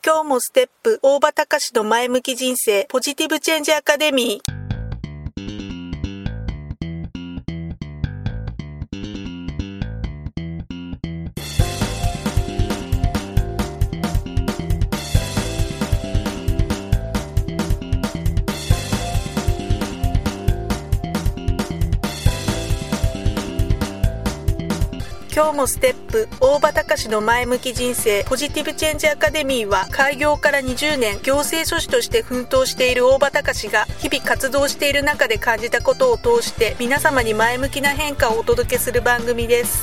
今日もステップ大場隆の前向き人生ポジティブチェンジアカデミー。今日もステップ大場隆の前向き人生ポジティブチェンジアカデミーは、開業から20年行政書士として奮闘している大場隆が日々活動している中で感じたことを通して皆様に前向きな変化をお届けする番組です。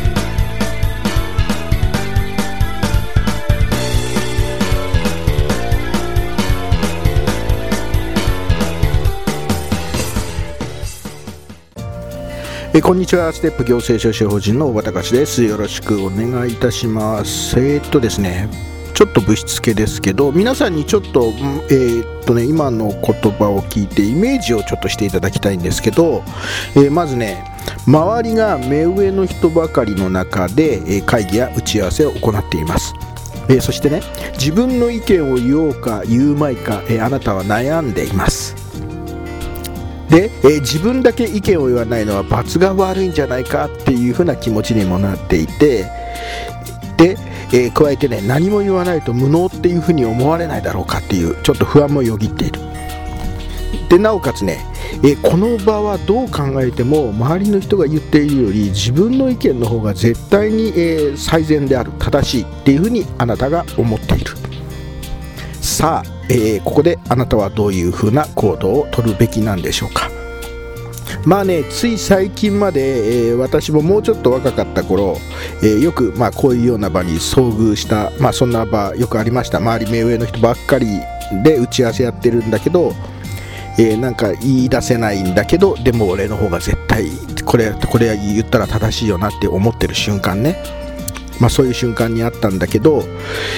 こんにちは。ステップ行政書士法人の大場隆です。よろしくお願いいたします。ですね、ちょっとぶしつけですけど、皆さんにちょっと、今の言葉を聞いてイメージをちょっとしていただきたいんですけど、まずね、周りが目上の人ばかりの中で会議や打ち合わせを行っています。そしてね、自分の意見を言おうか言うまいか、あなたは悩んでいます。で、自分だけ意見を言わないのは罰が悪いんじゃないかっていうふうな気持ちにもなっていて、で、加えてね、何も言わないと無能っていうふうに思われないだろうかっていうちょっと不安もよぎっている。でなおかつね、この場はどう考えても周りの人が言っているより自分の意見の方が絶対に、最善である、正しいっていうふうにあなたが思っている。さあ、ここであなたはどういうふうな行動を取るべきなんでしょうか。まあね、つい最近まで、私ももうちょっと若かった頃、よく、こういうような場に遭遇した、そんな場よくありました。周り目上の人ばっかりで打ち合わせやってるんだけど、なんか言い出せないんだけど、でも俺の方が絶対これ言ったら正しいよなって思ってる瞬間ね、そういう瞬間にあったんだけど、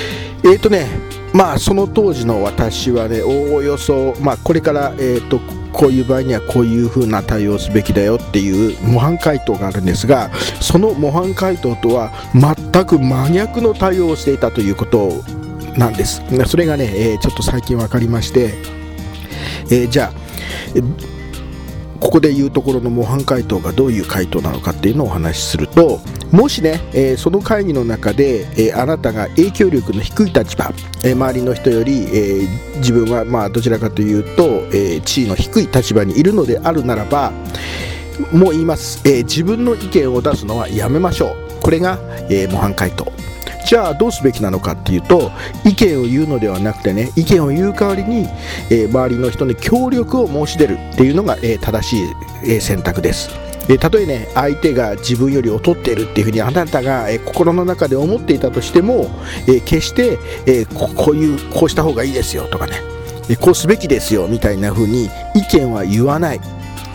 その当時の私はね、おおよそ、これから、こういう場合にはこういうふうな対応をすべきだよっていう模範回答があるんですが、その模範回答とは全く真逆の対応をしていたということなんです。それがね、ちょっと最近分かりまして、じゃあここで言うところの模範回答がどういう回答なのかっていうのをお話しすると、もしね、その会議の中で、あなたが影響力の低い立場、周りの人より、自分はどちらかというと、地位の低い立場にいるのであるならば、もう言います、自分の意見を出すのはやめましょう。これが、模範回答。じゃあどうすべきなのかっていうと、意見を言うのではなくてね、意見を言う代わりに、周りの人に協力を申し出るっていうのが、正しい、選択です。たとえね、相手が自分より劣っているっていうふうにあなたが、心の中で思っていたとしても、決して、こうした方がいいですよとかね、こうすべきですよみたいなふうに意見は言わない。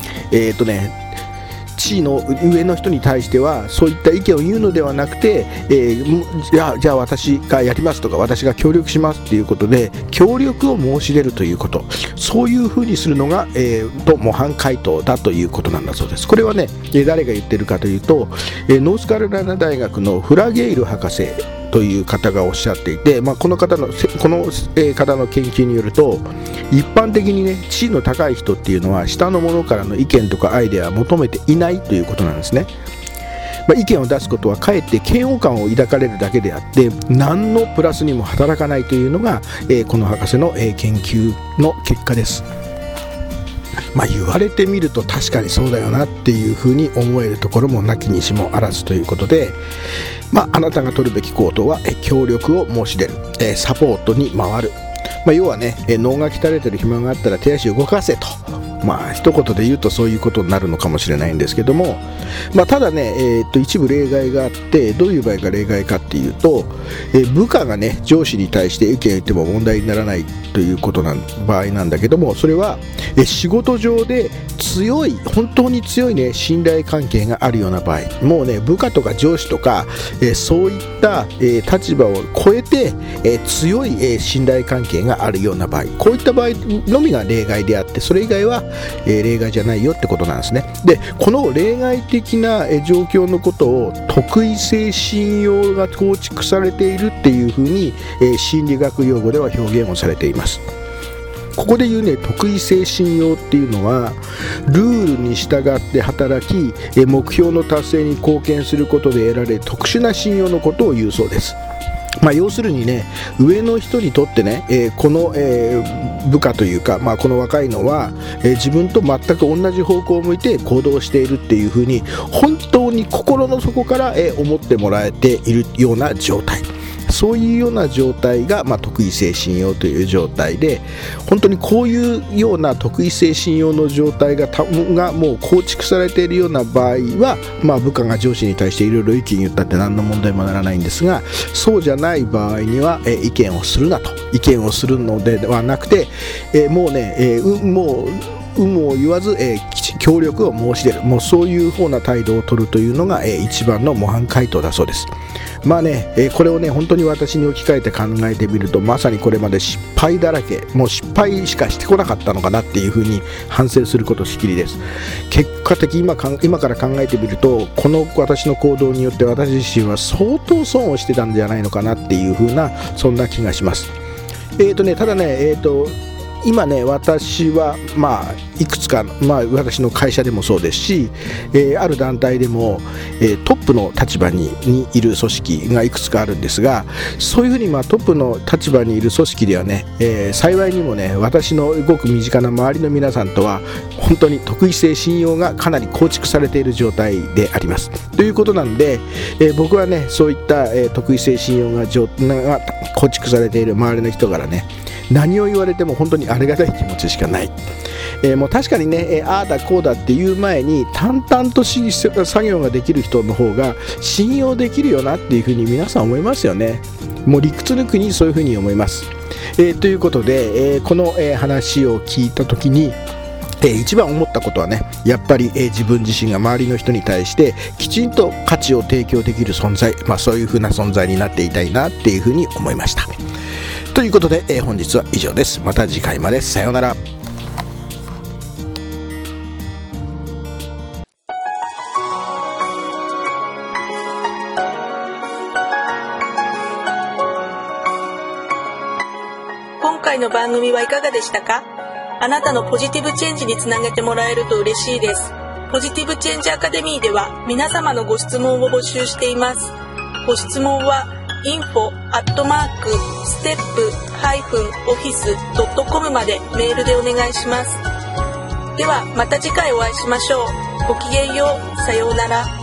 地位の上の人に対してはそういった意見を言うのではなくて、じゃあ私がやりますとか、私が協力しますということで協力を申し出るということ、そういうふうにするのが、模範回答だということなんだそうです。これはね、誰が言ってるかというと、ノースカロライナ大学のフラゲイル博士という方がおっしゃっていて、この方の研究によると、一般的にね、地位の高い人っていうのは下の者からの意見とかアイデアを求めていないということなんですね。意見を出すことはかえって嫌悪感を抱かれるだけであって何のプラスにも働かないというのが、この博士の、研究の結果です。言われてみると確かにそうだよなっていうふうに思えるところもなきにしもあらずということで、あなたが取るべき行動は協力を申し出る、サポートに回る。要はね、脳が鍛えてる暇があったら手足を動かせと、一言で言うとそういうことになるのかもしれないんですけども、ただね、一部例外があって、どういう場合が例外かっていうと、部下がね、上司に対して意見を言っても問題にならないということな場合なんだけども、それは仕事上で本当に強いね、信頼関係があるような場合、もうね、部下とか上司とか、そういった、立場を超えて、強い、信頼関係があるような場合、こういった場合のみが例外であって、それ以外は例外じゃないよってことなんですね。で、この例外的な状況のことを特異性信用が構築されているっていうふうに心理学用語では表現をされています。ここで言うね、特異性信用っていうのは、ルールに従って働き目標の達成に貢献することで得られる特殊な信用のことを言うそうです。要するにね、上の人にとってね、この、部下というか、この若いのは、自分と全く同じ方向を向いて行動しているっていうふうに本当に心の底から、思ってもらえているような状態、そういうような状態が、特異性信用という状態で、本当にこういうような特異性信用の状態がもう構築されているような場合は、部下が上司に対していろいろ意見言ったって何の問題もならないんですが、そうじゃない場合には、意見をするなと、意見をするのではなくて、もうね、もう有無を言わず、協力を申し出る、もうそういう方な態度を取るというのが、一番の模範回答だそうです。これをね、本当に私に置き換えて考えてみると、まさにこれまで失敗だらけ、もう失敗しかしてこなかったのかなっていうふうに反省することしきりです。結果的今から考えてみると、この私の行動によって私自身は相当損をしてたんじゃないのかなっていうふうな、そんな気がします。ただね、今ね、私はいくつか、私の会社でもそうですし、ある団体でも、トップの立場にいる組織がいくつかあるんですが、そういうふうにトップの立場にいる組織ではね、幸いにもね、私のごく身近な周りの皆さんとは本当に特異性信用がかなり構築されている状態であります。ということなんで、僕はね、そういった、特異性信用が構築されている周りの人からね、何を言われても本当にありがたい気持ちしかない。もう確かにね、ああだこうだっていう前に淡々と作業ができる人の方が信用できるよなっていうふうに皆さん思いますよね。もう理屈抜きにそういうふうに思います。ということで、この、話を聞いた時に一番思ったことはね、やっぱり、自分自身が周りの人に対してきちんと価値を提供できる存在、そういうふうな存在になっていたいなっていうふうに思いました。ということで、本日は以上です。また次回まで。さようなら。 今回の番組はいかがでしたか？あなたのポジティブチェンジにつなげてもらえると嬉しいです。ポジティブチェンジアカデミーでは皆様のご質問を募集しています。ご質問はinfo@step-office.com までメールでお願いします。ではまた次回お会いしましょう。ごきげんよう。さようなら。